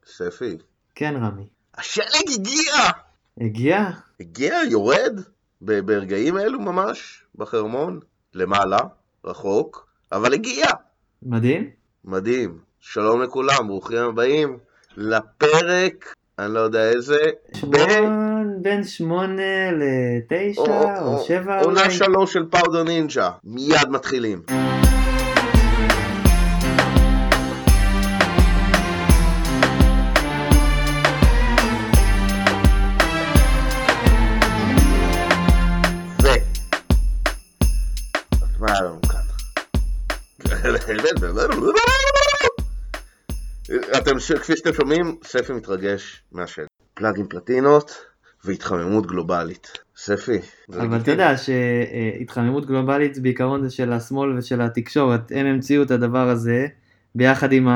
ספי, כן, רמי. השלג הגיע! הגיע? הגיע, יורד, ברגעים אלו ממש, בחרמון, למעלה, רחוק, אבל הגיע! מדהים. מדהים. שלום לכולם, ברוכים הבאים לפרק, אני לא יודע איזה, בין 8 ל-9 או 7 עונה אולי. 3 של פאודר נינג'ה. מיד מתחילים. מה היה לנו כאן? כפי שאתם שומעים, ספי מתרגש מהשד. פלאג עם פלטינות והתחממות גלובלית. ספי, אבל אתה יודע שהתחממות גלובלית בעיקרון זה של השמאל ושל התקשורת. הם המציאו את הדבר הזה ביחד עם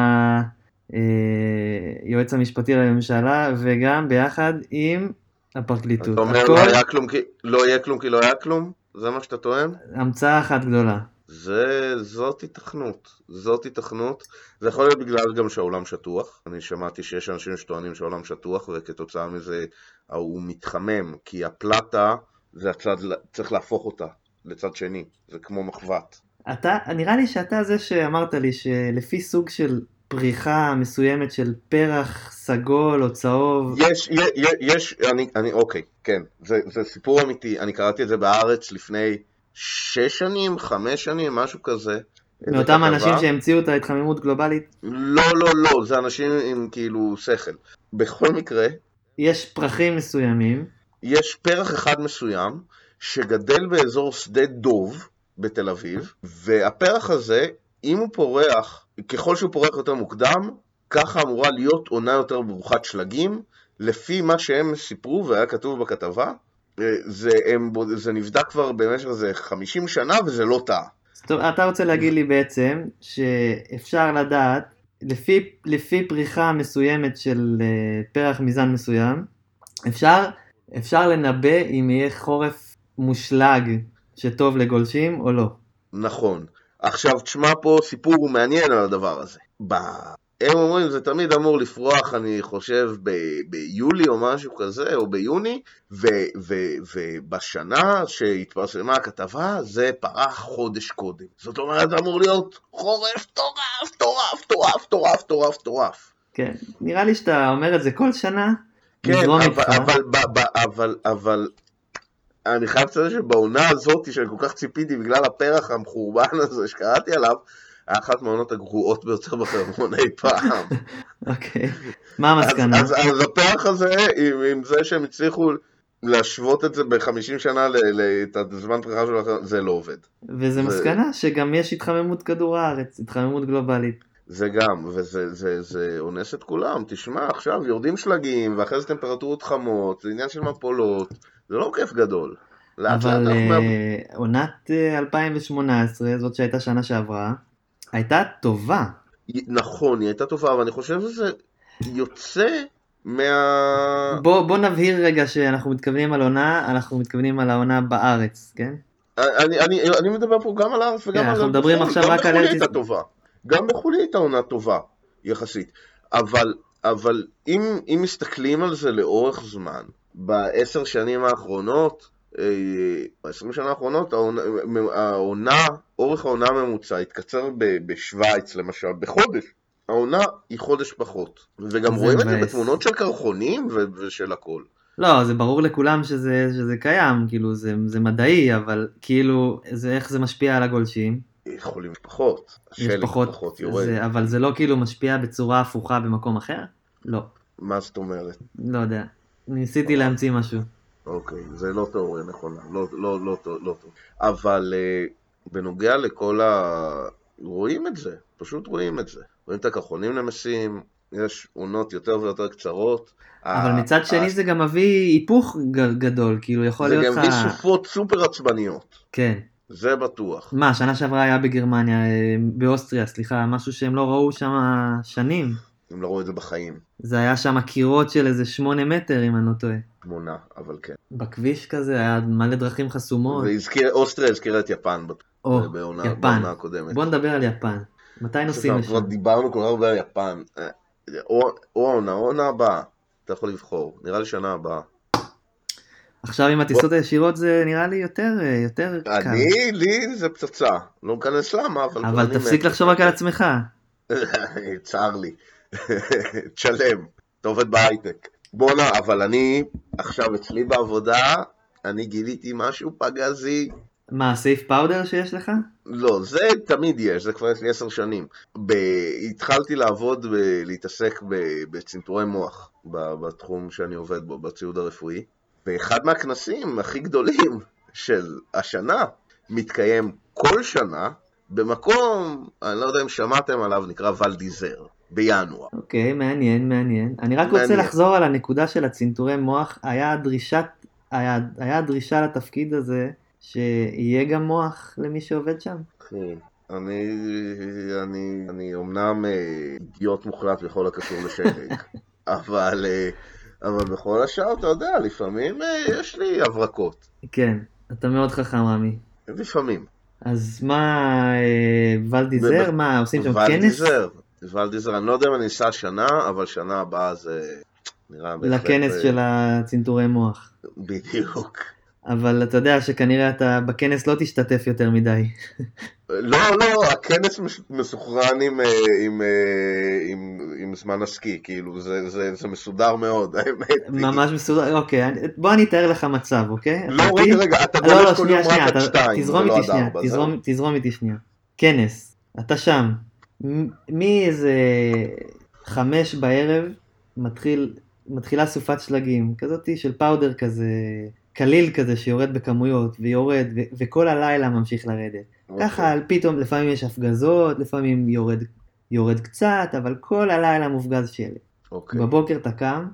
היועץ המשפטי לממשלה וגם ביחד עם הפרקליטות. אתה אומר לא יהיה כלום כי לא היה כלום? זה מה שאתה טוען? המצאה אחת גדולה. זאת התכנות. זה יכול להיות בגלל גם שהעולם שטוח. אני שמעתי שיש אנשים שטוענים שהעולם שטוח, וכתוצאה מזה הוא מתחמם, כי הפלטה, זה הצד, צריך להפוך אותה לצד שני. זה כמו מחבת. נראה לי שאתה זה שאמרת לי שלפי סוג של פריחה מסוימת של פרח סגול או צהוב. אוקיי, כן. זה סיפור אמיתי. אני קראתי את זה בארץ לפני 6 שנים, 5 שנים, משהו כזה. מאותם אנשים שהמציאו את ההתחממות גלובלית? לא, זה אנשים עם כאילו שכל. בכל מקרה, יש פרחים מסוימים. יש פרח אחד מסוים שגדל באזור שדה דוב בתל אביב, והפרח הזה, אם הוא פורח, ככל שהוא פורח יותר מוקדם, ככה אמורה להיות עונה יותר ברוכת שלגים, לפי מה שהם סיפרו והיה כתוב בכתבה. זה נבדק כבר במשך 50 שנה וזה לא טעה. טוב, אתה רוצה להגיד לי בעצם שאפשר לדעת, לפי פריחה מסוימת של פרח מזן מסוים, אפשר לנבא אם יהיה חורף מושלג שטוב לגולשים או לא. נכון. עכשיו תשמע פה סיפור מעניין על הדבר הזה. הם אומרים, זה תמיד אמור לפרוח, אני חושב, ביולי או משהו כזה, או ביוני, ובשנה שהתפרסמה הכתבה, זה פרח חודש קודם. זאת אומרת, זה אמור להיות חורף טורף. כן, נראה לי שאתה אומר את זה כל שנה, כן, אבל אני חייב לציין שבעונה הזאת, שאני כל כך ציפיתי בגלל הפרח המחורבן הזה שקראתי עליו, אחת מהעונות הגרועות ביותר בחרמון אי פעם. אוקיי. מה המסקנה? אז הפרח הזה, עם זה שהם הצליחו להשוות את זה ב-50 שנה לזמן פריחה שלו, זה לא עובד. וזה מסקנה שגם יש התחממות כדור הארץ, התחממות גלובלית. זה גם, וזה אונס את כולם. תשמע, עכשיו יורדים שלגים, ואחרי זה טמפרטורות חמות, זה עניין של מפולות, זה לא כיף גדול. אבל עונת 2018, זאת שהייתה שנה שעברה, הייתה טובה. נכון, היא הייתה טובה, אבל אני חושב שזה יוצא בוא נבהיר רגע שאנחנו מתכוונים על עונה, אנחנו מתכוונים על העונה בארץ, כן? אני מדבר פה גם על הארץ וגם על... אנחנו מדברים עכשיו רק על ארץ. גם בחולי הייתה עונה טובה, יחסית. אבל אם מסתכלים על זה לאורך זמן, ב10 שנים האחרונות, ב20 שנה האחרונות, אורך העונה הממוצע התקצר בשוויץ למשל, בחודש. העונה היא חודש פחות. וגם רואים את זה בתמונות של קרחונים ושל הכל. לא, זה ברור לכולם שזה קיים, כאילו זה מדעי, אבל כאילו איך זה משפיע על הגולשים? יכולים פחות. השלג פחות יורד. אבל זה לא כאילו משפיע בצורה הפוכה במקום אחר? לא. מה זאת אומרת? לא יודע. ניסיתי להמציא משהו. אוקיי, זה לא תיאוריה נכונה, לא טוב. אבל בנוגע לכל רואים את זה, פשוט רואים את זה. רואים את הקרחונים נמסים, יש עונות יותר ויותר קצרות. אבל מצד שני זה גם מביא היפוך גדול, כאילו יכול להיות לך... זה גם מביא סופות סופר עצבניות. כן. זה בטוח. מה, שנה שעברה היה בגרמניה, באוסטריה, סליחה, משהו שהם לא ראו שם שנים. הם לא ראו את זה בחיים. זה היה שם קירות של איזה 8 מטר, אם אני לא טועה. 8, אבל כן. בכביש כזה היה מלא דרכים חסומות. אוסטריה הזכירה את יפן בעונה הקודמת. בוא נדבר על יפן. מתי נוסעים לשם? דיברנו כל כך הרבה על יפן. או העונה הבאה, אתה יכול לבחור, נראה לי שנה הבאה. עכשיו עם הטיסות הישירות זה נראה לי יותר קל. לי זה פצצה, לא מכנס למה, אבל אני תפסיק לחשוב רק על עצמך. צער לי. תשלם, אתה עובד בהייטק. בואנה, אבל אני, עכשיו אצלי בעבודה, אני גיליתי משהו פגזי. מה, סייף פאודר שיש לך? לא, זה תמיד יש, זה כבר יש לי 10 שנים. התחלתי לעבוד, להתעסק בצנתורי מוח, בתחום שאני עובד בו, בציוד הרפואי. ואחד מהכנסים הכי גדולים של השנה מתקיים כל שנה במקום, אני לא יודע אם שמעתם עליו, נקרא ולדיזר, בינואר. אוקיי, מעניין. אני רק רוצה לחזור על הנקודה של הצנתורי מוח. היה דרישה לתפקיד הזה שיהיה גם מוח למי שעובד שם? אני אומנם אידיוט מוחלט בכל הקשור לשלג, אבל בכל השאר, אתה יודע, לפעמים יש לי הברקות. כן, אתה מאוד חכם, רמי. לפעמים. אז מה, ולדיזר? מה, עושים שם כנס? ולדיזר, אני לא יודע אם אני אסע שנה, אבל שנה הבאה זה נראה בהחלט... לכנס של הצנתורי מוח. בדיוק. אבל אתה יודע שכנראה אתה בכנס לא תשתתף יותר מדי. לא, הכנס מסוכרן עם זמן הסקי, כאילו, זה מסודר מאוד, האמת. ממש מסודר, אוקיי, בוא אני אתאר לך מצב, אוקיי? לא, רגע, אתה גולש כל יום רק עד 2, תזרום איתי שנייה. כנס, אתה שם, מאיזה 5 בערב מתחילה סופת שלגים, כזאתי של פאודר כזה, קליל כזה שיורד בכמויות, ויורד, וכל הלילה ממשיך לרדת. ככה, פתאום, לפעמים יש הפגזות, לפעמים יורד קצת, אבל כל הלילה מופגז שלג. בבוקר אתה קם,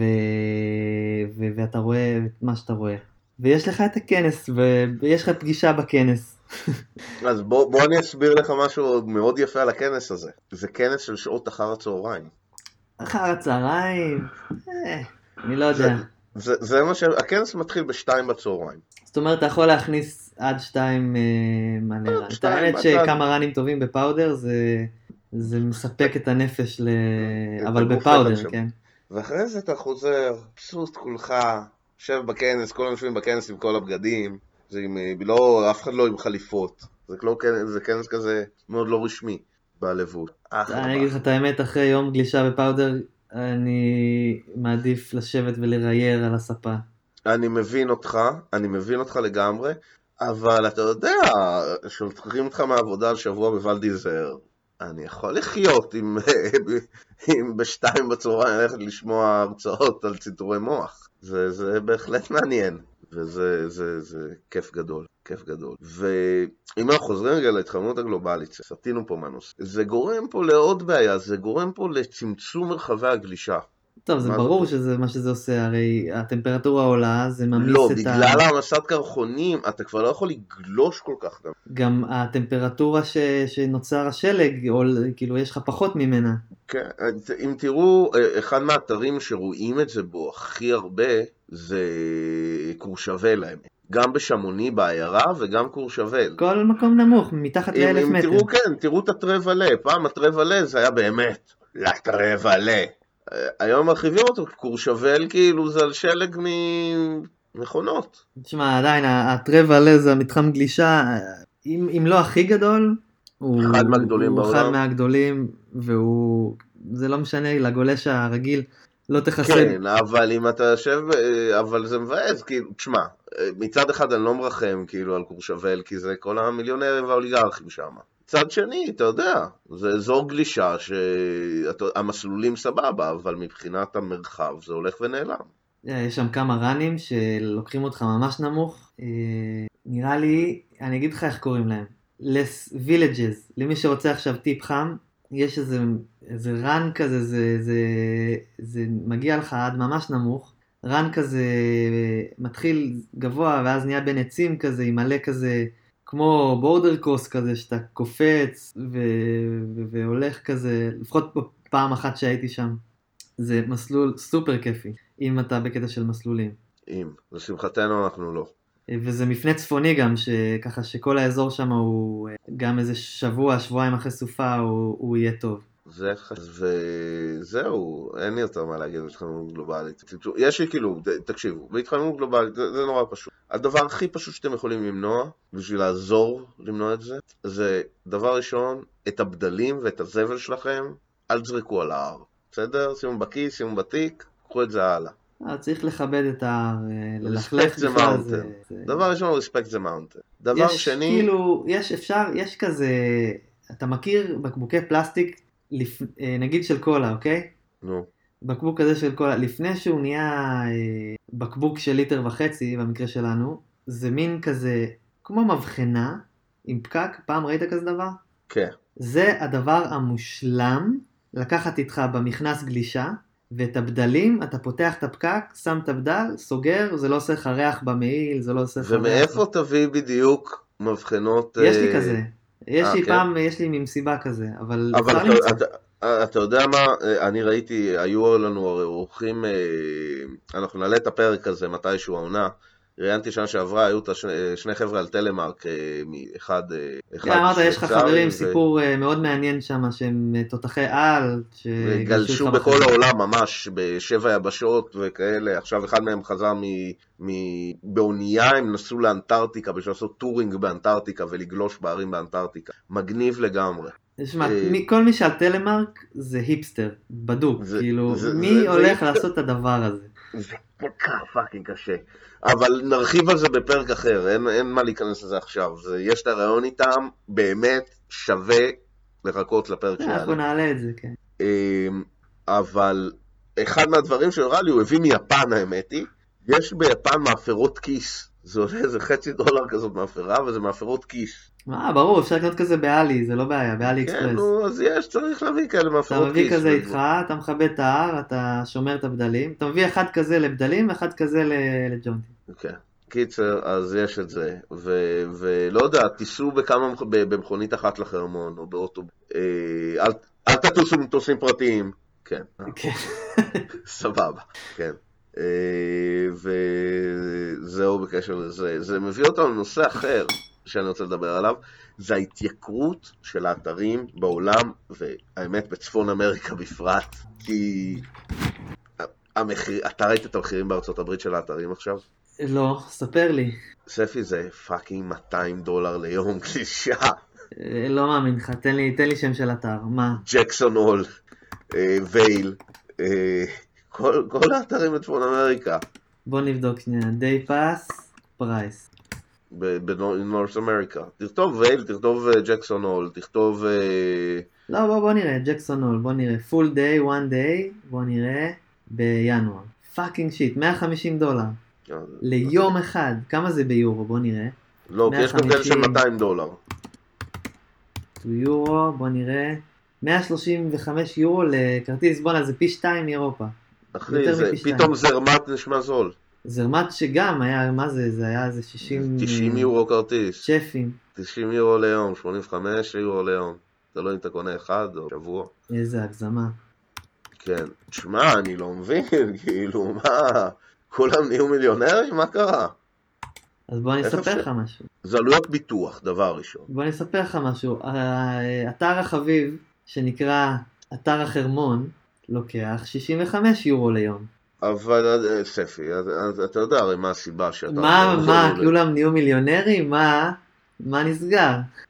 ואתה רואה את מה שאתה רואה. ויש לך את הכנס, ויש לך פגישה בכנס. אז בוא אני אסביר לך משהו מאוד יפה על הכנס הזה. זה כנס של שעות אחר הצהריים. אחר הצהריים? אני לא יודע. זה מה הכנס מתחיל ב-2 בצהריים. זאת אומרת, אתה יכול להכניס עד 2 מלא רן. את האמת שכמה רנים טובים בפאודר, זה מספק את הנפש, אבל בפאודר, כן. ואחרי זה אתה חוזר, פסוט כולך, יושב בכנס, כל אנשים בכנס עם כל הבגדים, אף אחד לא עם חליפות. זה כנס כזה מאוד לא רשמי, בעלבות. אני אגיד לך את האמת, אחרי יום גלישה בפאודר, אני מעדיף לשבת ולרייר על הספה. אני מבין אותך לגמרי, אבל אתה יודע, שולחים אותך מהעבודה על שבוע בוולדיזר, אני יכול לחיות אם ב-2 בצהריים ללכת לשמוע הרצאות על צנתורי מוח. זה בהחלט מעניין, וזה כיף גדול. ואם אנחנו חוזרים רגע להתחממות הגלובלית, סטינו פה מנוס, זה גורם פה לעוד בעיה, זה גורם פה לצמצום מרחבי הגלישה. טוב, זה ברור שזה מה שזה עושה, הרי הטמפרטורה עולה, זה ממיס לא, בגלל העמסת קרחונים, אתה כבר לא יכול לגלוש כל כך גם. גם הטמפרטורה שנוצר השלג, כאילו יש לך פחות ממנה. כן, אם תראו, אחד מהאתרים שרואים את זה בו הכי הרבה, זה קורשבל האמת. גם בשמוני בעיירה וגם קורשבל. כל מקום נמוך, מתחת ל1,000 מטר. תראו את הטרבלה, פעם הטרבלה זה היה באמת לטרבלה. היום מרחיבים אותו, קורשבל כאילו זה על שלג ממכונות. תשמע, עדיין, הטרבלה זה המתחם גלישה, אם לא הכי גדול, הוא אחד מהגדולים בעולם. הוא אחד מהגדולים, זה לא משנה, לגולש הרגיל לא תחסד. כן, אבל אם אתה יושב, אבל זה מבאס, כאילו, תשמע, מצד אחד אני לא מרחם כאילו על קורשבל, כי זה כל המיליונרים והאוליגרכים שם. מצד שני, אתה יודע, זה אזור גלישה שהמסלולים סבבה, אבל מבחינת המרחב זה הולך ונעלם. יש שם כמה רנים שלוקחים אותך ממש נמוך, נראה לי, אני אגיד לך איך קוראים להם, less villages, למי שרוצה עכשיו טיפ חם, יש איזה רן כזה, זה מגיע לך עד ממש נמוך, רן כזה מתחיל גבוה ואז נהיה בין עצים כזה, עם מלא כזה, כמו בורדר קרוס כזה, שאתה קופץ והולך כזה, לפחות פעם אחת שהייתי שם. זה מסלול סופר כיפי, אם אתה בקטע של מסלולים. לשמחתנו אנחנו לא. וזה מפנה צפוני גם, ככה שכל האזור שם הוא גם איזה שבוע, שבועיים אחרי סופה הוא יהיה טוב. וזהו, אין לי יותר מה להגיד בהתחממות גלובלית. יש לי כאילו, תקשיבו, בהתחממות גלובלית זה נורא פשוט. הדבר הכי פשוט שאתם יכולים למנוע, בשביל לעזור למנוע את זה, זה דבר ראשון, את הבדלים ואת הזבל שלכם, אל תזרקו על ההר. בסדר? שימו בכיס, שימו בתיק, קחו את זה הלאה. צריך לכבד את ההר, ללכלך בכלל זה... דבר ראשון, respect the mountain. דבר שני... כאילו, יש כזה, אתה מכיר בקבוקי פלסטיק, נגיד של קולה, אוקיי? נו. בקבוק כזה של קולה, לפני שהוא נהיה בקבוק של 1.5 ליטר, במקרה שלנו, זה מין כזה, כמו מבחנה, עם פקק, פעם ראית כזה דבר? כן. זה הדבר המושלם, לקחת איתך במכנס גלישה, ואת הבדלים, אתה פותח את הפקק, שם את הבדל, סוגר, זה לא עושה לך ריח במעיל, זה לא עושה לך ריח. ומאיפה תביא בדיוק מבחנות... יש לי כזה. יש לי פעם, יש לי ממסיבה כזה, אבל אתה יודע מה, אני ראיתי, היו לנו אורחים, אנחנו נעלה את הפרק הזה מתישהו העונה, ראיינתי שנה שעברה, היו שני חבר'ה על טלמרק, אחד אמרת, יש לך חברים, סיפור מאוד מעניין שם, שהם תותחי על, גלשו בכל העולם ממש, ב7 יבשות וכאלה, עכשיו אחד מהם חזר באונייה, הם נסעו לאנטארקטיקה, בשביל לעשות טורינג באנטארקטיקה ולגלוש בערים באנטארקטיקה, מגניב לגמרי. תשמע, כל מי שעל טלמרק זה היפסטר, בדוק, כאילו, מי הולך לעשות את הדבר הזה? זה כל כך פאקינג קשה. אבל נרחיב על זה בפרק אחר, אין מה להיכנס לזה עכשיו. יש את הרעיון איתם, באמת שווה לחכות לפרק שלנו. אנחנו נעלה את זה, כן. אבל אחד מהדברים שהראה לי, הוא הביא מיפן האמת היא, יש ביפן מאפרות כיס. זה עולה איזה $0.50 כזאת מאפרה, וזה מאפרות כיס. ברור, אפשר לקנות כזה באלי, זה לא בעיה, באלי אקספרס. כן, אז צריך להביא כאלה מאפרות כיס. אתה מביא כזה איתך, אתה מכבד את ההר, אתה שומר את הבדלים, אתה מביא אחד כזה לבדלים, ואחד כזה לג'ונטי. כן, קיצר, אז יש את זה, ולא יודע, תיסעו במכונית אחת לחרמון, או באוטובוס, אל תטוסו מטוסים פרטיים, כן. סבבה, כן. וזהו בקשר לזה. זה מביא אותנו לנושא אחר שאני רוצה לדבר עליו, זה ההתייקרות של האתרים בעולם, והאמת בצפון אמריקה בפרט, כי אתה ראית את המחירים בארצות הברית של האתרים עכשיו? לא, ספר לי. ספי, זה פאקינג $200 ליום גלישה. לא מאמין לך, תן לי שם של אתר, מה? ג'קסון הול, וייל, כל האתרים בצפון אמריקה. בוא נבדוק שנייה, דיי פאס, פרייס. בנורס אמריקה. תכתוב וייל, תכתוב ג'קסון הול, תכתוב... לא, בוא נראה, ג'קסון הול, בוא נראה, full day, one day, בוא נראה, בינואר. פאקינג שיט, $150. ליום אחד, כמה זה ביורו? בוא נראה. לא, כי יש פה כאלה של $200. יורו, בוא נראה. 135 יורו לכרטיס, בוא נע, זה פי 2 מאירופה. אחי, פתאום זרמת נשמע זול. זרמת שגם היה, מה זה? זה היה איזה 90 יורו כרטיס. שפים. 90 יורו ליום, 85 יורו ליום. אתה לא אם אתה קונה אחד או שבוע. איזה הגזמה. כן. תשמע, אני לא מבין, כאילו, מה? כולם נהיו מיליונרים? מה קרה? אז בוא אני אספר לך משהו. זה עלויות ביטוח, דבר ראשון. בוא אני אספר לך משהו. אתר החביב, שנקרא אתר החרמון, לוקח 65 יורו ליום. אבל, ספי, אתה יודע הרי מה הסיבה שאתה... מה, כולם נהיו מיליונרים? מה נסגר?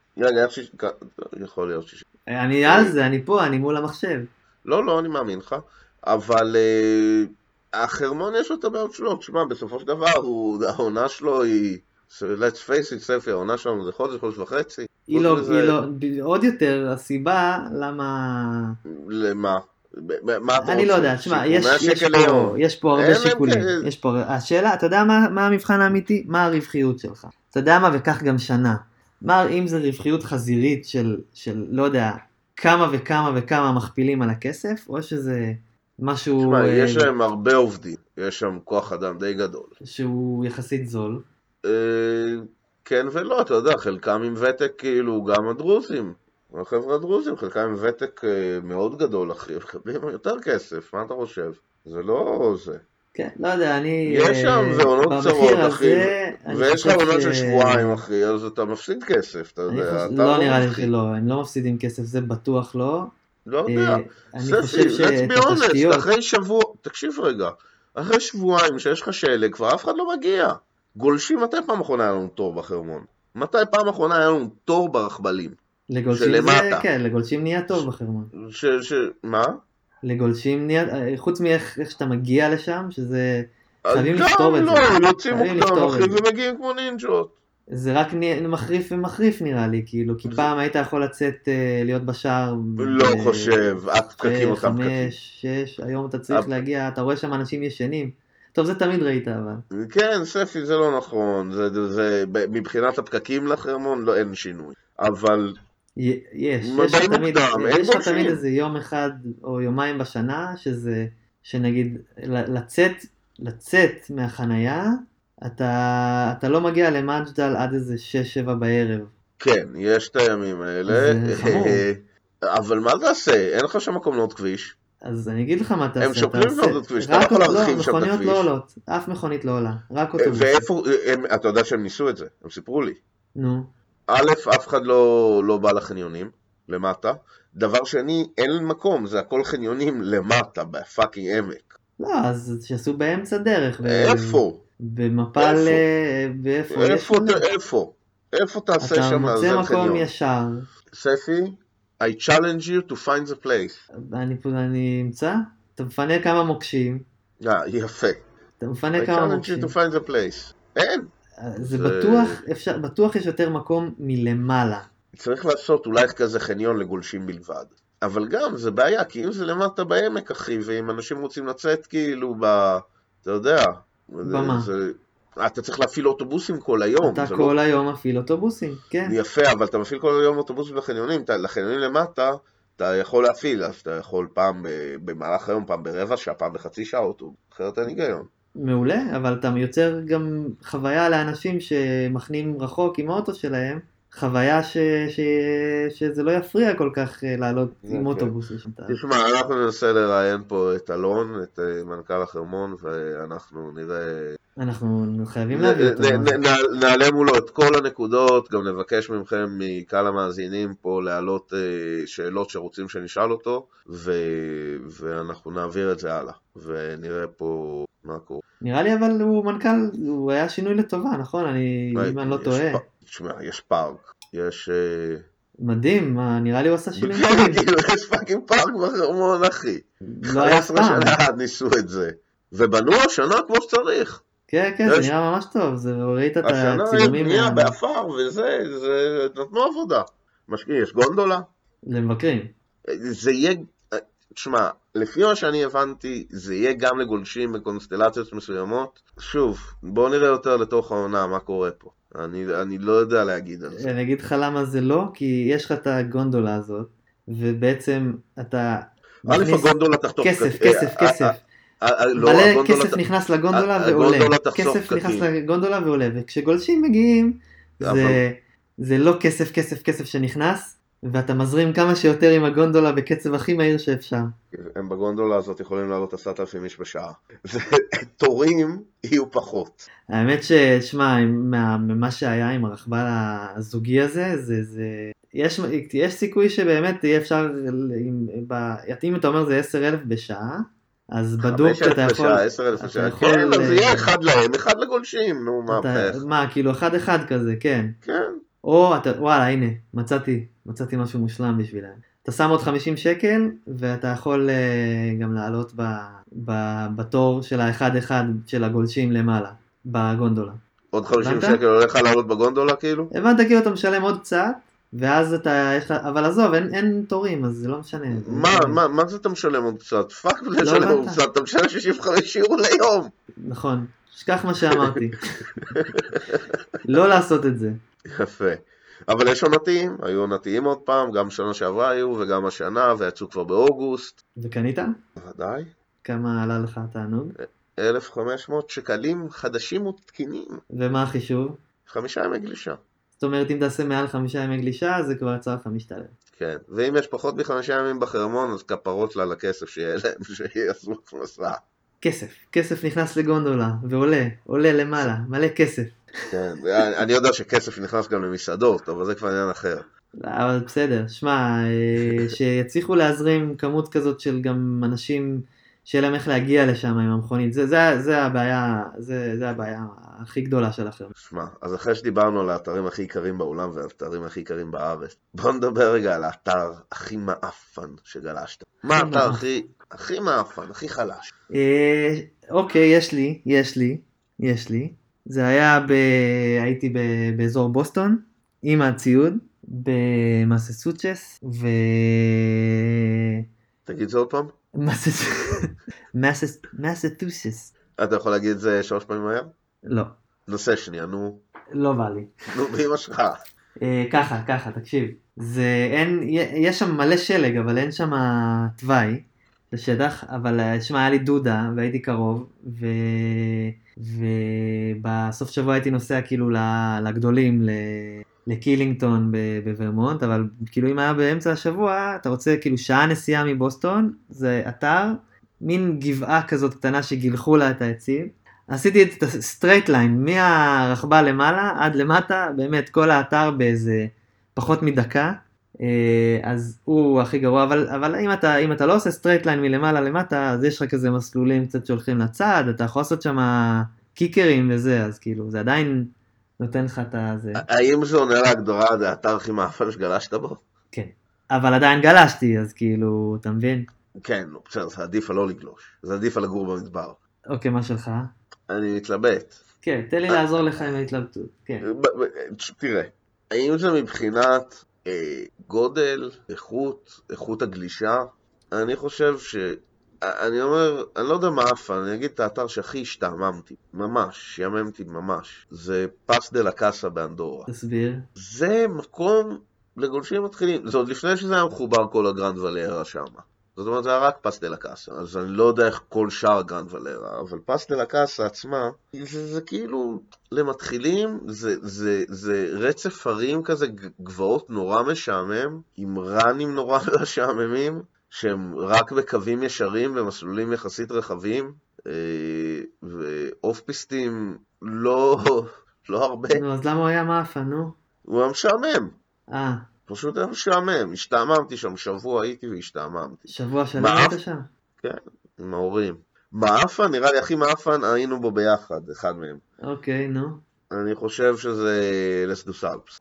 יכול להיות אני על זה, אני פה, אני מול המחשב. לא, אני מאמין לך. אבל החרמון יש לו את הבעיות שלו. תשמע, בסופו של דבר, העונה שלו היא... let's face it, ספי, העונה שלנו זה חודש וחצי. היא לא, עוד יותר, הסיבה, למה... למה? אני לא יודע, תשמע, יש פה הרבה שיקולים. השאלה, אתה יודע מה המבחן האמיתי? מה הרווחיות שלך? אתה יודע מה, וכך גם שנה. מה, אם זה רווחיות חזירית של לא יודע, כמה וכמה מכפילים על הכסף, או שזה משהו... תשמע, יש להם הרבה עובדים, יש שם כוח אדם די גדול. שהוא יחסית זול. כן ולא, אתה יודע, חלקם עם ותק, כאילו, גם הדרוזים. החבר'ה הדרוזים, חלקם עם ותק מאוד גדול, אחי, מקבלים יותר כסף, מה אתה חושב? זה לא זה. כן, לא יודע, אני... יש שם, זה עונות קצרות, אחי, ויש לך עונות של שבועיים, אחי, אז אתה מפסיד כסף, אתה יודע. לא נראה לי שלא, הם לא מפסידים כסף, זה בטוח לא. לא יודע. אני חושב ספי, let's be שאת honest, התשתיות, אחרי שבוע, תקשיב רגע, אחרי שבועיים שיש לך שלג, כבר אף אחד לא מגיע. גולשים, מתי פעם אחרונה היה לנו תור בחרמון? מתי פעם אחרונה היה לנו תור ברכבלים? לגולשים זה, שלמטה. כן, לגולשים נהיה טוב בחרמון. מה? לגולשים נהיה, חוץ מאיך שאתה מגיע לשם, שזה, חייבים לפתור גם את לא, זה. יוצאים חייבים מוקדם, לפתור אחי, את זה. ומגיעים כמו נינג'ות. זה רק מחריף ומחריף נראה לי, כאילו, כי פעם היית יכול לצאת, להיות בשער לא חושב, הפקקים אותם פקקים. 5, 6, היום אתה צריך להגיע, אתה רואה שם אנשים ישנים. טוב, זה תמיד ראית, אבל. כן, ספי, זה לא נכון, מבחינת הפקקים לחרמון לא, אין שינוי, אבל יש באים מוקדם, אין לך תמיד גולשים. איזה יום אחד או יומיים בשנה, שזה, שנגיד, לצאת מהחנייה, אתה לא מגיע למג'דל עד איזה 6-7 בערב. כן, יש את הימים האלה, זה חמור. אבל מה תעשה? אין לך שם מקום לעוד כביש. אז אני אגיד לך מה תעשה. הם שוקלים לעוד כביש, אתה לא יכול להרחיב שם את מכוניות הכביש. לא עולות, אף מכונית לא עולה, רק אוטובוס. ואיפה, אתה יודע שהם ניסו את זה, הם סיפרו לי. נו. א', אף אחד לא בא לחניונים, למטה. דבר שני, אין מקום, זה הכל חניונים למטה, בפאקינג עמק. לא, אז שיעשו באמצע דרך. איפה? במפל, איפה תעשה אתה שם מוצא זה מקום חניון? ישר. ספי, I challenge you to find the place. אני אמצא, אתה מפנה כמה מוקשים. יפה. אתה I מפנה כמה challenge מוקשים. you to find the place. אין. זה בטוח יש יותר מקום מלמעלה. צריך לעשות אולי כזה חניון לגולשים בלבד. אבל גם זה בעיה, כי אם זה למטה בעמק, אחי, ואם אנשים רוצים לצאת כאילו אתה יודע. במה? אתה צריך להפעיל אוטובוסים כל היום. אתה כל היום מפעיל אוטובוסים, כן. יפה, אבל אתה מפעיל כל היום אוטובוסים לחניונים, לחניונים למטה, אתה יכול להפעיל, אז אתה יכול פעם במהלך היום, פעם ברבע שעה, פעם בחצי שעה אוטובוס, אחרת אין היגיון. מעולה, אבל אתה יוצר גם חוויה לאנשים שמחנים רחוק עם האוטו שלהם, חוויה שזה לא יפריע כל כך לעלות עם אוטובוס. תשמע, אנחנו ננסה לראיין פה את אלון, את מנכ"ל החרמון, ואנחנו נראה... אנחנו חייבים להביא אותו. נעלה מולו את כל הנקודות, גם נבקש מכם מקהל המאזינים פה להעלות שאלות שרוצים שנשאל אותו, ואנחנו נעביר את זה הלאה, ונראה פה מה קורה. נראה לי אבל הוא מנכ"ל, הוא היה שינוי לטובה, נכון? אם אני לא טועה. תשמע, יש פארק, יש... מדהים, נראה לי הוא עשה שינוי טובים. יש פאקינג פארק בחרמון, אחי. לא היה אף פעם. 15 שנה ניסו את זה. ובנו השנה כמו שצריך. כן, זה נראה ממש טוב, ראית את הצילומים. השנה בנייה באפר וזה, נתנו עבודה. יש גונדולה. למבקרים. זה יהיה, תשמע, לפי מה שאני הבנתי, זה יהיה גם לגולשים בקונסטלציות מסוימות. שוב, בואו נראה יותר לתוך העונה, מה קורה פה. אני לא יודע להגיד על זה. אני אגיד לך למה זה לא, כי יש לך את הגונדולה הזאת, ובעצם אתה... א', הגונדולה תחתוך... כסף. מלא כסף נכנס לגונדולה ועולה. כסף נכנס לגונדולה ועולה, וכשגולשים מגיעים, זה לא כסף שנכנס, ואתה מזרים כמה שיותר עם הגונדולה בקצב הכי מהיר שאפשר. הם בגונדולה הזאת יכולים לעלות 10,000 איש בשעה. תורים יהיו פחות. האמת ששמע, ממה שהיה עם הרכבל הזוגי הזה, יש סיכוי שבאמת יהיה אפשר, אם אתה אומר זה 10,000 בשעה, אז בדוק אתה יכול... 10,000 בשעה, כן, אז יהיה אחד להם, אחד לגולשים, נו, מה הפך? מה, כאילו אחד כזה, כן. כן. או, וואלה, הנה, מצאתי משהו מושלם בשבילם. אתה שם עוד 50 שקל, ואתה יכול גם לעלות בתור של האחד של הגולשים למעלה, בגונדולה. עוד 50 שקל הולך לעלות בגונדולה כאילו? הבנת, כאילו אתה משלם עוד קצת, ואז אבל עזוב, אין תורים, אז זה לא משנה. מה זה אתה משלם עוד קצת? פאק לשלם עוד קצת, אתה משלם 65 יורו ליום. נכון, שכח מה שאמרתי. לא לעשות את זה. יפה. אבל יש עונתיים, היו עונתיים עוד פעם, גם שנה שעברה היו וגם השנה, ויצאו כבר באוגוסט. וקנית? ודאי. כמה עלה לך התענוג? 1,500 שקלים חדשים ותקינים. ומה החישוב? 5 ימי גלישה. זאת אומרת, אם תעשה מעל 5 ימי גלישה, זה כבר יצא 5,000. כן, ואם יש פחות מ5 ימים בחרמון, אז כפרות לה לכסף שיהיה להם, שיעשו הכנסה. כסף נכנס לגונדולה, ועולה למעלה, מלא כסף. כן, אני יודע שכסף נכנס גם למסעדות, אבל זה כבר עניין אחר. אבל בסדר, שמע, שיצליחו להזרים כמות כזאת של גם אנשים שיהיה להם איך להגיע לשם עם המכונית, זה הבעיה, זה הבעיה הכי גדולה שלכם. שמע, אז אחרי שדיברנו על האתרים הכי יקרים בעולם והאתרים הכי יקרים בארץ, בוא נדבר רגע על האתר הכי מאפן שגלשת. מה האתר הכי מאפן, הכי חלש? אוקיי, יש לי. זה היה, הייתי באזור בוסטון, עם הציוד, במססוצ'ס, תגיד זה עוד פעם? מססוצ'ס. אתה יכול להגיד את זה 3 פעמים מהר? לא. נושא שנייה, נו. לא בא לי. נו, באמא שלך. ככה, תקשיב. יש שם מלא שלג, אבל אין שם תוואי לשטח, אבל שמע, היה לי דודה, והייתי קרוב, ובסוף שבוע הייתי נוסע כאילו לגדולים, לקילינגטון בוורמונט, אבל כאילו אם היה באמצע השבוע, אתה רוצה כאילו שעה נסיעה מבוסטון, זה אתר, מין גבעה כזאת קטנה שגילחו לה את העצים, עשיתי את הסטרייט ליין, מהרחבה למעלה עד למטה, באמת כל האתר באיזה פחות מדקה, אז הוא הכי גרוע, אבל אם אתה לא עושה סטרייט ליין מלמעלה למטה, אז יש לך כזה מסלולים קצת שהולכים לצד, אתה יכול לעשות שם קיקרים וזה, אז כאילו זה עדיין נותן לך את זה. האם זה עונה להגדרה, זה האתר הכי מאפן שגלשת בו? כן, אבל עדיין גלשתי, אז כאילו, אתה מבין? כן, בסדר, זה עדיף על לא לגלוש, זה עדיף על לגור במדבר. אוקיי, מה שלך? אני מתלבט. כן, תן לי לעזור לך עם ההתלבטות, כן. תראה, האם זה מבחינת גודל, איכות הגלישה? אני חושב אני אומר, אני לא יודע מה אף, אני אגיד את האתר שהכי השתעממתי, ממש, שיממתי ממש, זה פס דה לה קאסה באנדורה. תסביר. זה מקום לגולשים מתחילים, זה עוד לפני שזה היה מחובר כל הגרנד ולרה שם. זאת אומרת, זה היה רק פס דה לה קאסה, אז אני לא יודע איך כל שאר גרנד ולרה, אבל פס דה לה קאסה עצמה, זה כאילו למתחילים, זה רצף הרים כזה, גבעות נורא משעמם, עם רנים נורא משעממים, שהם רק בקווים ישרים ומסלולים יחסית רחבים, ואוף פיסטים לא הרבה. נו, אז למה הוא היה מאפן, נו? הוא היה משעמם. אה. פשוט היה משעמם. השתעממתי שם, שבוע הייתי והשתעממתי. שבוע שלם היית שם? כן, עם ההורים. מאפן, נראה לי הכי מאפן, היינו בו ביחד, אחד מהם. אוקיי, נו. אני חושב שזה לסדוס אלפס.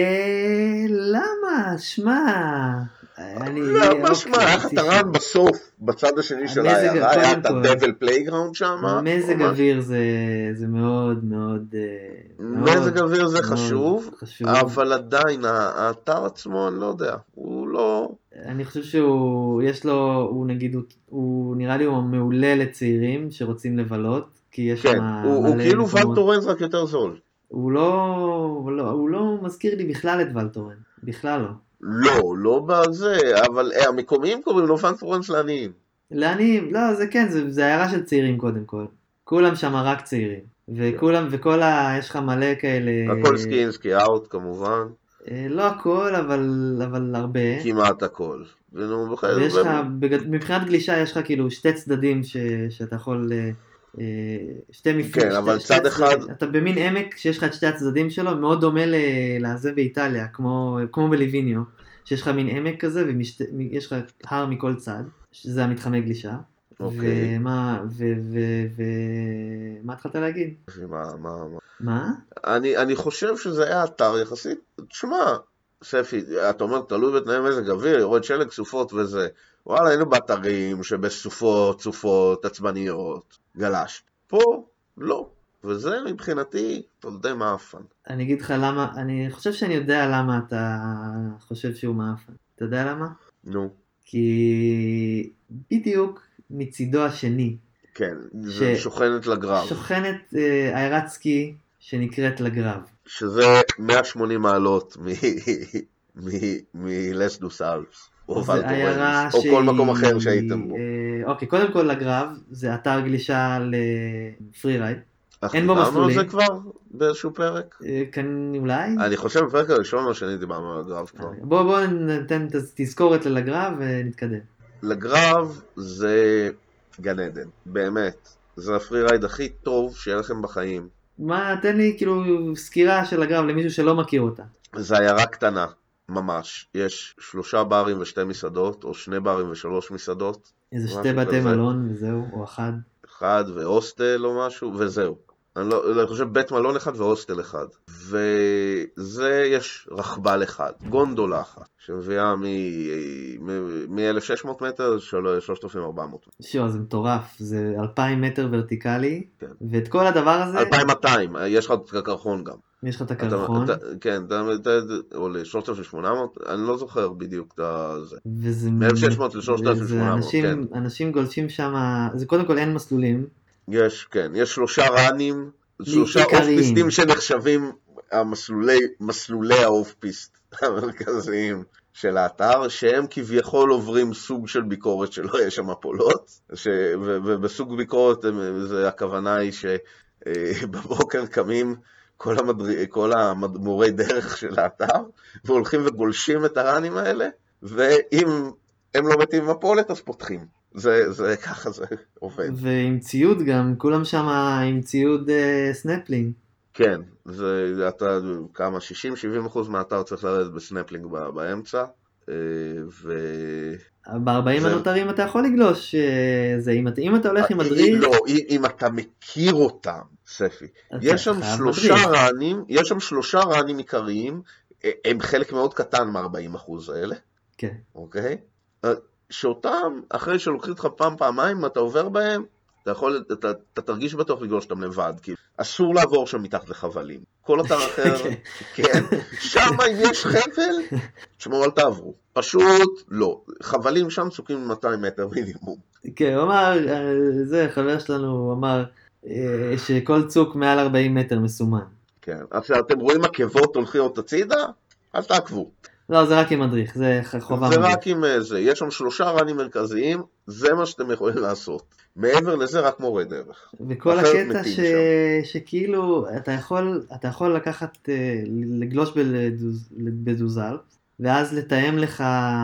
למה? שמע... למה שמע? היה חתרן בסוף, בצד השני של העיירה, היה את הדבל פלייגראונד שם. מזג אוויר זה מאוד מאוד... מזג אוויר זה חשוב, אבל עדיין, האתר עצמו, אני לא יודע, הוא לא... אני חושב שהוא, יש לו, הוא נגיד, הוא נראה לי הוא מעולה לצעירים שרוצים לבלות, כי יש כן, הוא כאילו ולטורנס רק יותר זול. הוא לא מזכיר לי בכלל את ולטורן, בכלל לא. לא בזה, אבל המקומיים קוראים לו ולטורנס לעניים. לעניים, לא, זה כן, זה הערה של צעירים קודם כל. כולם שם רק צעירים. וכל יש לך מלא כאלה... הכל סקי אאוט כמובן. לא הכל, אבל הרבה. כמעט הכל. ויש לך, מבחינת גלישה יש לך כאילו שתי צדדים שאתה יכול... שתי מפלגות. כן, אבל צד אחד... אתה במין עמק שיש לך את שתי הצדדים שלו, מאוד דומה לזה באיטליה, כמו בליביניו, שיש לך מין עמק כזה, ויש לך הר מכל צד, שזה המתחמי גלישה. ומה התחלת להגיד? מה? אני חושב שזה היה אתר יחסית, תשמע, ספי, אתה אומר, תלוי בתנאי מזג אוויר, יורד שלג, סופות וזה, וואלה, היינו באתרים שבסופות, סופות, עצבניות, גלשת. פה, לא. וזה מבחינתי, אתה די מאפן. אני אגיד לך למה, אני חושב שאני יודע למה אתה חושב שהוא מאפן. אתה יודע למה? נו. כי בדיוק מצידו השני. כן, זה שוכנת לגרב. שוכנת עיירת סקי שנקראת לגרב. שזה 180 מעלות מלסדוס אלפס. או ולטורנס, או כל מקום אחר שהייתם בו. אוקיי, קודם כל לגרב, זה אתר גלישה לפרי רייד. אין בו דיברנו מסלולים. על זה כבר באיזשהו פרק? כאן אולי? אני חושב בפרק הראשון או שני דיברנו על לגרב כבר. בוא ניתן תזכורת ללגרב ונתקדם. לגרב זה גן עדן, באמת. זה הפרי רייד הכי טוב שיהיה לכם בחיים. מה, תן לי כאילו סקירה של לגרב למישהו שלא מכיר אותה. זה עיירה קטנה. ממש. יש 3 ברים ו2 מסעדות, או 2 ברים ו3 מסעדות. איזה 2 בתי מלון וזהו, או אחד. אחד והוסטל או משהו, וזהו. אני חושב בית מלון אחד והוסטל אחד. וזה יש רכבל אחד, גונדולה אחת, שמביאה מ-1600 מטר ל-3400 מטר. שו, זה מטורף, זה 2000 מטר ורטיקלי, כן. ואת כל הדבר הזה... 2200, יש לך את הקרחון גם. יש לך את הקרחון. כן, או ל-3800, אני לא זוכר בדיוק את זה. מ-1600 ל-3800, כן. אנשים גולשים שם, זה קודם כל אין מסלולים. כן, יש 3 ראנים, 3 אוף-פיסטים שנחשבים מסלולי האוף-פיסט המרכזיים של האתר, שהם כביכול עוברים סוג של ביקורת שלא יש שם הפולות, ובסוג ביקורת הכוונה היא שבבוקר קמים כל המורי דרך של האתר, והולכים וגולשים את הראנים האלה, ואם הם לא מתים עם הפולת אז פותחים. זה ככה זה עובד. ועם ציוד גם, כולם שם עם ציוד סנפלינג. כן, אתה כמה 60-70% מהאתר צריך לרדת בסנפלינג באמצע, ב-40 הנותרים אתה יכול לגלוש, אם אתה הולך עם מדריך... לא, אם אתה מכיר אותם, ספי. יש שם 3 ראנים עיקריים, הם חלק מאוד קטן מה-40% האלה. כן. אוקיי? שאותם, אחרי שלוקחים אותך פעמיים, אתה עובר בהם, אתה תרגיש בטוח לגלוש אותם לבד, כי אסור לעבור שם מתחת לחבלים. כל אתר אחר, כן, שם אם יש חבל, תשמעו, אל תעברו. פשוט לא. חבלים שם צוקים 200 מטר מינימום. כן, הוא אמר, חבר שלנו, הוא אמר שכל צוק מעל 40 מטר מסומן. כן, עכשיו אתם רואים עקבות הולכים עוד הצידה? אל תעקבו. לא, זה רק עם מדריך, זה חובה מדריך. זה רק עם זה, יש שם 3 ראנים מרכזיים, זה מה שאתם יכולים לעשות. מעבר לזה רק מורה דרך. וכל הקטע שכאילו, אתה יכול לקחת, לגלוש בדוזל, ואז לתאם לך,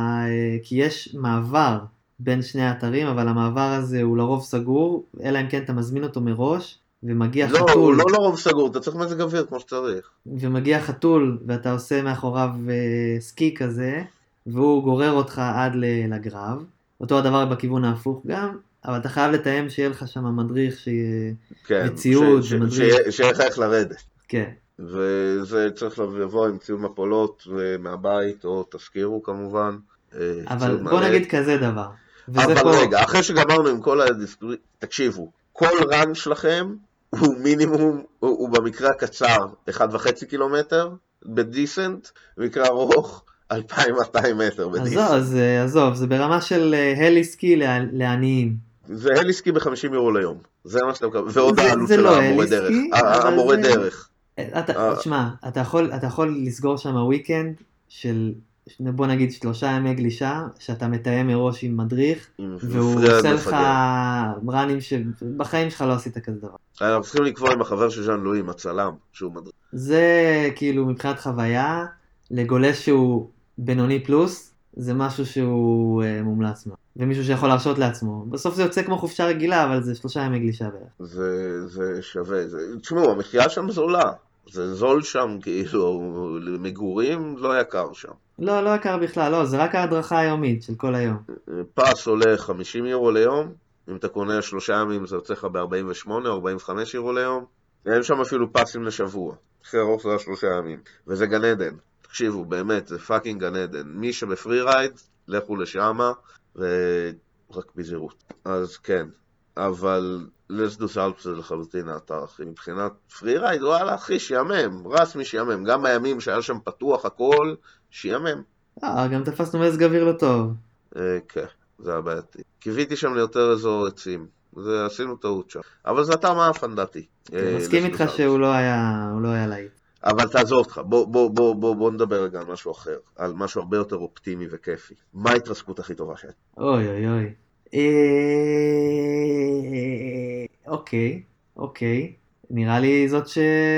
כי יש מעבר בין שני האתרים, אבל המעבר הזה הוא לרוב סגור, אלא אם כן אתה מזמין אותו מראש, ומגיע חתול. לא, הוא לא לרוב סגור, אתה צריך מזג אוויר כמו שצריך. ומגיע חתול, ואתה עושה מאחוריו סקי כזה, והוא גורר אותך עד לגרב. אותו הדבר בכיוון ההפוך גם, אבל אתה חייב לתאם שיהיה לך שם מדריך, שיהיה ציוד ומדריך. שיהיה לך איך לרדת. כן. וזה צריך לבוא עם ציוד מפולות מהבית, או תזכירו כמובן. אבל בוא נגיד כזה דבר. אבל רגע, אחרי שגמרנו עם כל הדיסקריט, תקשיבו, כל רן שלכם הוא מינימום, הוא במקרה הקצר 1.5 קילומטר בדיסנט, במקרה ארוך 2,200 מטר בדיסנט. עזוב, זה ברמה של הליסקי לעניים. זה הליסקי ב-50 יורו ליום, זה מה שאתה מקבל, ועוד העלות של המורה דרך. תשמע, אתה יכול לסגור שם וויקנד של, בוא נגיד 3 ימי גלישה, שאתה מתאם מראש עם מדריך, והוא עושה לך ראנים שבחיים שלך לא עשית כזה דבר. אנחנו צריכים לקבוע עם החבר של ז'אן לואי, עם הצלם, שהוא מדריך. זה כאילו מבחינת חוויה, לגולש שהוא בינוני פלוס, זה משהו שהוא מומלץ מאוד. ומישהו שיכול להרשות לעצמו. בסוף זה יוצא כמו חופשה רגילה, אבל זה 3 ימי גלישה בערך. זה שווה. תשמעו, המחיה שם זולה. זה זול שם, כאילו, למגורים לא יקר שם. לא יקר בכלל, לא, זה רק ההדרכה היומית של כל היום. פס עולה 50 יורו ליום, אם אתה קונה 3 ימים זה יוצא לך ב-48 או 45 יורו ליום. אין שם אפילו פסים לשבוע. אחרי ארוך זה 3 ימים. וזה גן עדן. תקשיבו, באמת, זה פאקינג גן עדן. מי שבפרי רייד, לכו לשמה, ורק בזהירות. אז כן, אבל לסדוס אלפס זה לחלוטין האתר, אחי. מבחינת פרי רייד, וואלה, אחי, שיאמם, רסמי שיאמם. גם בימים שהיה שם פתוח הכל, שיאמם. גם תפסנו מזג אוויר לא טוב. כן, זה היה בעייתי. קיוויתי שם ליותר אזור עצים. זה עשינו טעות שם. אבל זה אתר מאפן דתי. מסכים איתך שהוא לא היה להיט. אבל תעזור אותך, בוא נדבר רגע על משהו אחר, על משהו הרבה יותר אופטימי וכיפי. מה ההתרסקות הכי טובה שאת? אוי. אוקיי. נראה לי זאת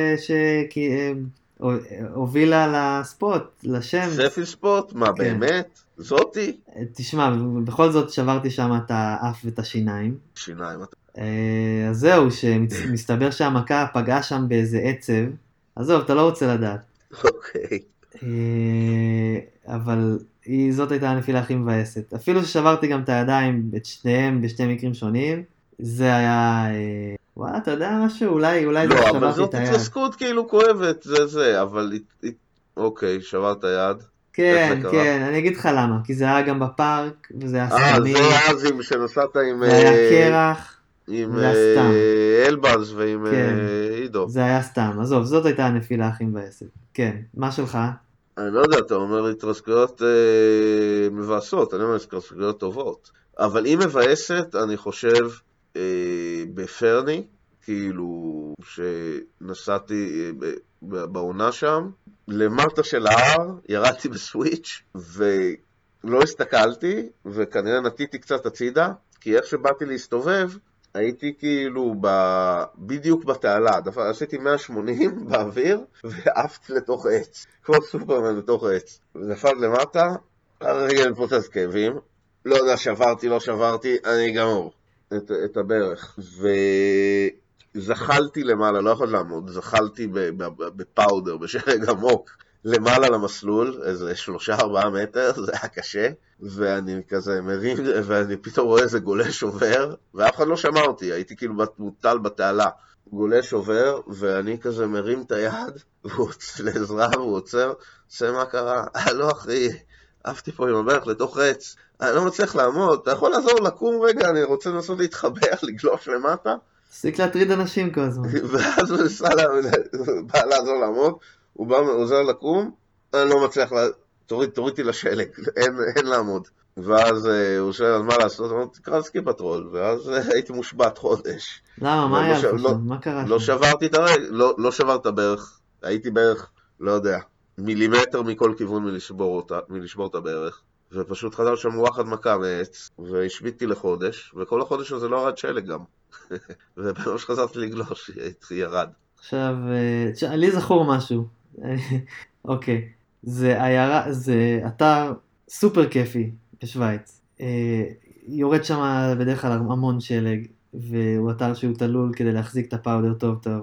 הובילה לספוט, לשם. ספי ספוט? מה באמת? זאתי? תשמע, בכל זאת שברתי שם את האף ואת השיניים. שיניים? אז זהו, שמסתבר שהמכה פגעה שם באיזה עצב. עזוב, אתה לא רוצה לדעת. אוקיי. אבל זאת הייתה הנפילה הכי מבאסת. אפילו ששברתי גם את הידיים, את שניהם, בשני מקרים שונים, זה היה, וואלה, אתה יודע משהו? אולי זה לא, אבל ששברתי את זאת היד. התרסקות כאילו כואבת, זה, אבל... אוקיי, שברת יד. איך זה כן, קרה? כן, אני אגיד לך למה, כי זה היה גם בפארק, וזה היה זה סתמי, אז שנסעת והיה קרח, עם וזה היה סתם. אלבז ועם כן, עידו. זה היה סתם. עזוב, זאת הייתה הנפילה הכי מבאסת. כן, מה שלך? אני לא יודע, אתה אומר התרסקויות מבאסות, אני אומר התרסקויות טובות. אבל אם מבאסת, אני חושב בפרני, כאילו שנסעתי בעונה שם, למטה של ההר, ירדתי בסוויץ' ולא הסתכלתי, וכנראה נטיתי קצת הצידה, כי איך שבאתי להסתובב, הייתי כאילו בדיוק בתעלה, עשיתי 180 באוויר, ועפתי לתוך עץ, כמו סופרמן לתוך עץ. נפל למטה, הרגל מפוצץ כאבים, לא יודע, שברתי, לא שברתי, אני גמור. את הברך. וזחלתי למעלה, לא יכול לעמוד, זחלתי בפאודר, בשרג עמוק, למעלה למסלול, איזה 3-4 מטר, זה היה קשה, ואני כזה מרים, ואני פתאום רואה איזה גולש עובר, ואף אחד לא שמע אותי, הייתי כאילו מוטל בתעלה. גולש עובר, ואני כזה מרים את היד, לעזרה, והוא עוצר, עושה מה קרה? לא אחי, עפתי פה עם הברך לתוך עץ, אני לא מצליח לעמוד, אתה יכול לעזור לקום רגע, אני רוצה לנסות להתחבר, לגלוש למטה, תפסיק להטריד אנשים כל הזמן. ואז הוא בא לעזור לעמוד, הוא בא עוזר לקום, אני לא מצליח, תורידתי לשלג, אין לעמוד. ואז הוא שואל על מה לעשות, הוא אומר, תקרא סקי פטרול, ואז הייתי מושבת חודש. למה? מה היה לך שם? מה קרה לא שם? שברתי את הרגל, לא שבר את הברך, הייתי בערך, לא יודע, מילימטר מכל כיוון מלשבור את הברך, ופשוט חזר שם וואחד מכה מעץ, והשביתי לחודש, וכל החודש הזה לא ירד שלג גם. ובמה שחזרתי לגלוש, ירד. עכשיו, לי זכור משהו. אוקיי. זה אתר סופר כיפי בשוויץ. יורד שם בדרך כלל המון שלג, והוא אתר שהוא תלול כדי להחזיק את הפאודר טוב טוב.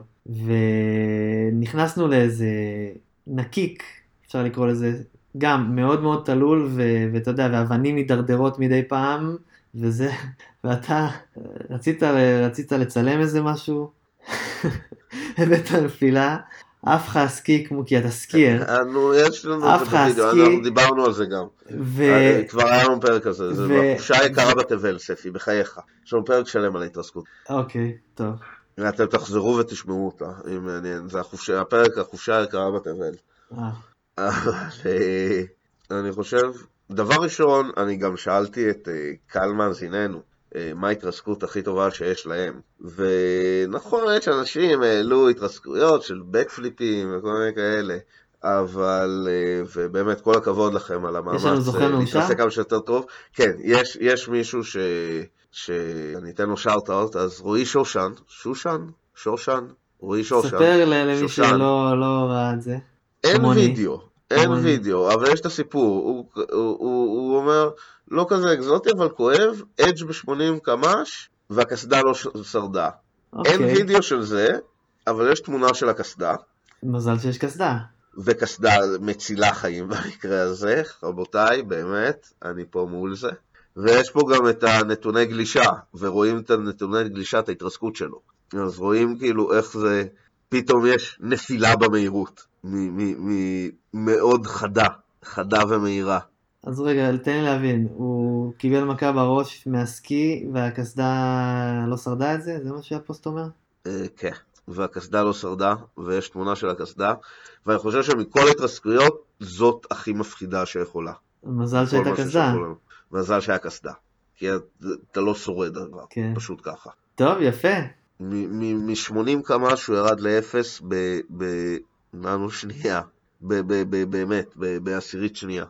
ונכנסנו לאיזה נקיק, אפשר לקרוא לזה, גם מאוד מאוד תלול, ואתה יודע, ואבנים מדרדרות מדי פעם, וזה, ואתה רצית לצלם איזה משהו, הבאת נפילה, עף לך הסקי כי אתה סקייר, יש לנו את עף זה לך בווידאו, הסקי, אנחנו דיברנו על זה גם. כבר היה לנו פרק הזה, זה בחופשה היקרה בתבל, ספי, בחייך. יש לנו פרק שלם על ההתרסקות. אוקיי, טוב. אתם תחזרו ותשמעו אותה, אם מעניין. זה הפרק, החופשה היקרה בתבל. אבל אני חושב, דבר ראשון, אני גם שאלתי את קהל מאזיננו, מה ההתרסקות הכי טובה שיש להם. ונכון, יש אנשים העלו התרסקויות של בקפליפים וכל מיני כאלה, אבל, ובאמת כל הכבוד לכם על המאמץ. יש לנו זוכה מאושר? להתרסק כמה שיותר טוב. כן, יש מישהו שאני אתן לו שאוט-אוט, אז רועי שושן, רועי שושן. ספר למי שלא ראה את זה. אין כמוני. וידאו, אבל יש את הסיפור, הוא אומר, לא כזה אקזוטי, אבל כואב, אדג' ב-80 קמ"ש, והקסדה לא שרדה. אין וידאו של זה, אבל יש תמונה של הקסדה. מזל שיש קסדה. וקסדה מצילה חיים במקרה הזה, רבותיי, באמת, אני פה מול זה. ויש פה גם את הנתוני גלישה, ורואים את הנתוני גלישה, את ההתרסקות שלו. אז רואים כאילו איך זה, פתאום יש נפילה במהירות, מאוד חדה ומהירה. אז רגע, תן לי להבין, הוא קיבל מכה בראש מהסקי, והקסדה לא שרדה את זה? זה מה שהפוסט אומר? כן, והקסדה לא שרדה, ויש תמונה של הקסדה, ואני חושב שמכל התרסקויות, זאת הכי מפחידה שיכולה. מזל שהייתה קסדה. מזל שהיה קסדה, כי אתה לא שורד דבר, פשוט ככה. טוב, יפה. מ-80 כמה שהוא ירד ל-0 בננו שנייה, באמת, בעשירית שנייה.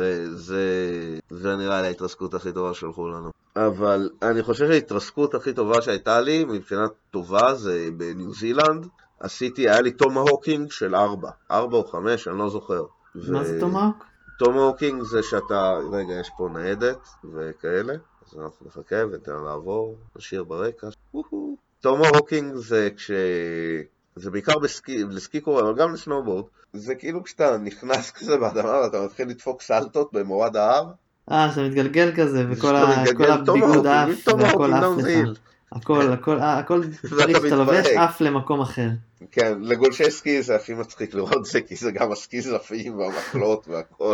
זה נראה לי ההתרסקות הכי טובה שלחו לנו. אבל אני חושב שההתרסקות הכי טובה שהייתה לי, מבחינת טובה, זה בניו זילנד. היה לי טומהוקינג של 4 או 5, אני לא זוכר. מה זה טומהוק? טומהוקינג זה שאתה, רגע, יש פה ניידת וכאלה, אז אנחנו נחכה וניתן לעבור, נשאיר ברקע. טומהוקינג זה בעיקר לסקי קורה, אבל גם לסנובורד, זה כאילו כשאתה נכנס כזה באדמה ואתה מתחיל לדפוק סלטות במורד ההר, שאתה מתגלגל כזה, וכל הבדיגוד עף, והכל עף לך. הכל דברים שאתה לובש עף למקום אחר. כן, לגולשי סקי זה הכי מצחיק לראות זה, כי זה גם הסקי זפים והמקלות והכל.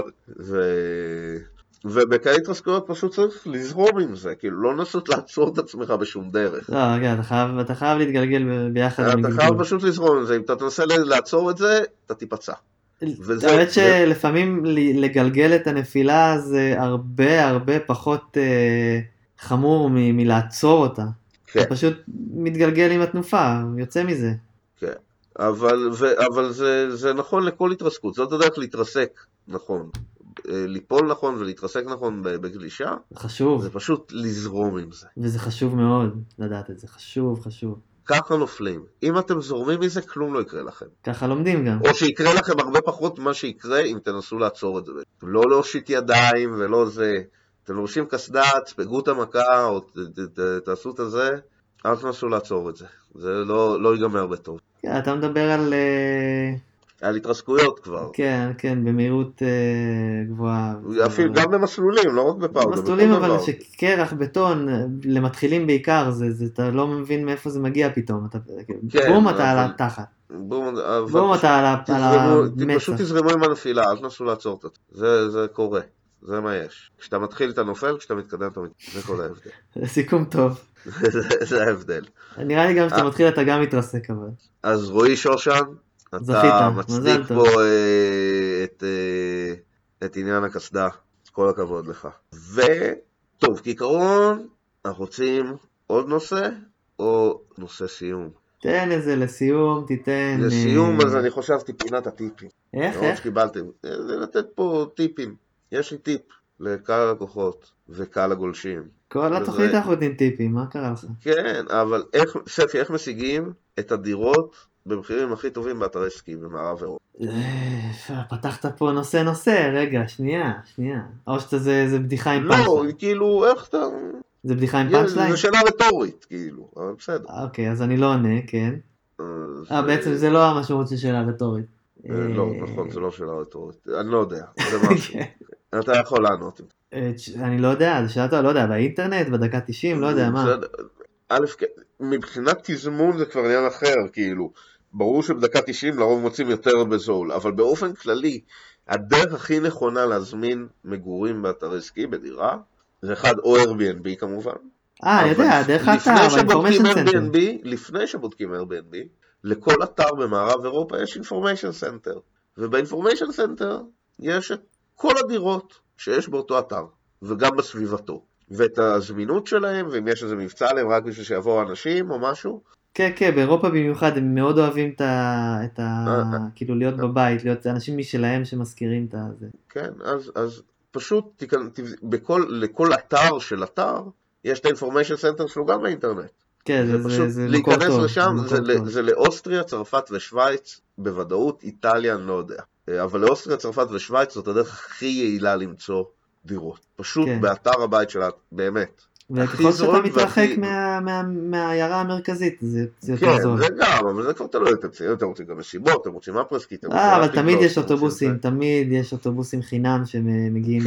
ובכאלה התרסקויות פשוט צריך לזרום עם זה, כאילו לא לנסות לעצור את עצמך בשום דרך. לא, אתה חייב להתגלגל ביחד עם הגלגול. אתה חייב פשוט לזרום עם זה, אם אתה תנסה לעצור את זה, אתה תיפצע. האמת שלפעמים לגלגל את הנפילה זה הרבה פחות חמור מלעצור אותה. אתה פשוט מתגלגל עם התנופה, יוצא מזה. כן, אבל זה נכון לכל התרסקות, זאת הדרך להתרסק נכון. ליפול נכון ולהתרסק נכון בגלישה, חשוב. זה פשוט לזרום עם זה. וזה חשוב מאוד לדעת את זה, חשוב. ככה נופלים. אם אתם זורמים מזה, כלום לא יקרה לכם. ככה לומדים גם. או שיקרה לכם הרבה פחות ממה שיקרה אם תנסו לעצור את זה. לא להושיט ידיים ולא זה. אתם לובשים קסדה, תספגו את המכה, או תעשו את זה, אל תנסו לעצור את זה. זה לא ייגמר בטוב. כן, אתה מדבר על התרסקויות כבר. כן, במהירות גבוהה. אפילו גם במסלולים, לא רק בפאודה. במסלולים אבל שקרח, בטון, למתחילים בעיקר, אתה לא מבין מאיפה זה מגיע פתאום. בום אתה על התחת. בום אתה על המצח. פשוט תזרמו עם הנפילה, אז נסו לעצור את זה. זה קורה, זה מה יש. כשאתה מתחיל אתה נופל, כשאתה מתקדם אתה מתקדם. זה כל ההבדל. זה סיכום טוב. זה ההבדל. נראה לי גם כשאתה מתחיל אתה גם מתרסק אבל. אז רועי שושן, אתה מצדיק פה את עניין הקסדה, כל הכבוד לך. וטוב, כעיקרון, אנחנו רוצים עוד נושא, או נושא סיום? תן איזה לסיום, תיתן... לסיום, אז אני חשבתי פינת הטיפים. איך? שקיבלתם. זה לתת פה טיפים. יש לי טיפ לקהל הלקוחות וקהל הגולשים. כל התוכנית אנחנו נותנים טיפים, מה קרה לך? כן, אבל ספי, איך משיגים את הדירות במחירים הכי טובים באתרי סקי במערב אירופה? פתחת פה נושא, רגע, שנייה. או שזה בדיחה עם פאנצ'ליין. לא, כאילו, איך אתה... זה בדיחה עם פאנצ'ליין? זה שאלה רטורית, כאילו, אבל בסדר. אוקיי, אז אני לא עונה, כן. בעצם זה לא המשמעות של שאלה רטורית. לא, נכון, זה לא שאלה רטורית. אני לא יודע, זה משהו. אתה יכול לענות. אני לא יודע, זה שאלה, לא יודע, באינטרנט, בדקה 90, לא יודע מה. א', מבחינת תזמון זה כבר עניין אחר, כאילו. ברור שבדקה 90 לרוב מוצאים יותר בזול, אבל באופן כללי, הדרך הכי נכונה להזמין מגורים באתרי סקי בדירה, זה אחד או Airbnb כמובן. אני יודע, דרך אתר, ב-Information Center. לפני שבודקים Airbnb, לכל אתר במערב אירופה יש Information Center, וב-Information Center יש את כל הדירות שיש באותו אתר, וגם בסביבתו, ואת הזמינות שלהם, ואם יש איזה מבצע עליהם רק בשביל שיבואו אנשים או משהו. כן, באירופה במיוחד הם מאוד אוהבים כאילו להיות בבית, להיות אנשים משלהם שמזכירים את זה. כן, אז פשוט לכל אתר של אתר, יש את ה-Information Center שלו גם באינטרנט. כן, זה מקור טוב. להיכנס לשם, זה לאוסטריה, צרפת ושוויץ, בוודאות, איטליה, אני לא יודע. אבל לאוסטריה, צרפת ושוויץ, זאת הדרך הכי יעילה למצוא דירות. פשוט באתר הבית שלה, באמת. וככל שאתה מתרחק מהעיירה המרכזית, זה יותר זול. כן, זה גם, אבל זה כבר תלוי, אתם רוצים גם מסיבות, אתם רוצים אפרסקי, אבל תמיד יש אוטובוסים חינם שמגיעים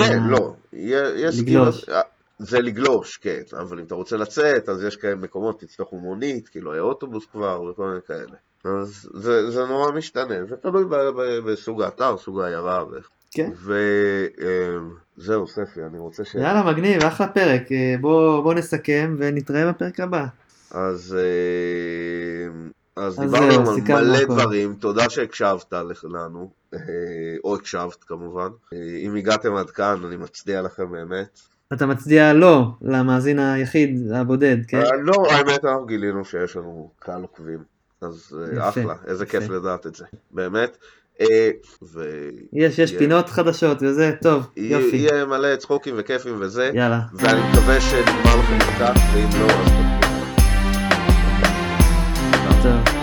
לגלוש. זה לגלוש, כן, אבל אם אתה רוצה לצאת, אז יש כאלה מקומות, תצטרכו מונית, כאילו היה אוטובוס כבר וכל מיני כאלה. אז זה נורא משתנה, זה תלוי בסוג האתר, סוג העיירה. כן. וזהו, ספי, אני רוצה יאללה, מגניב, אחלה פרק. בוא נסכם ונתראה בפרק הבא. אז דיברנו על מלא דברים, תודה שהקשבת לנו, או הקשבת כמובן. אם הגעתם עד כאן, אני מצדיע לכם באמת. אתה מצדיע לא, למאזין היחיד, הבודד, כן? לא, האמת, אנחנו גילינו שיש לנו קהל עוקבים, אז אחלה, איזה כיף לדעת את זה, באמת. יש פינות חדשות וזה, טוב, יופי. יהיה מלא צחוקים וכיפים וזה, יאללה. ואני מקווה שנגמר לכם קצת, ואם לא, אז... טוב.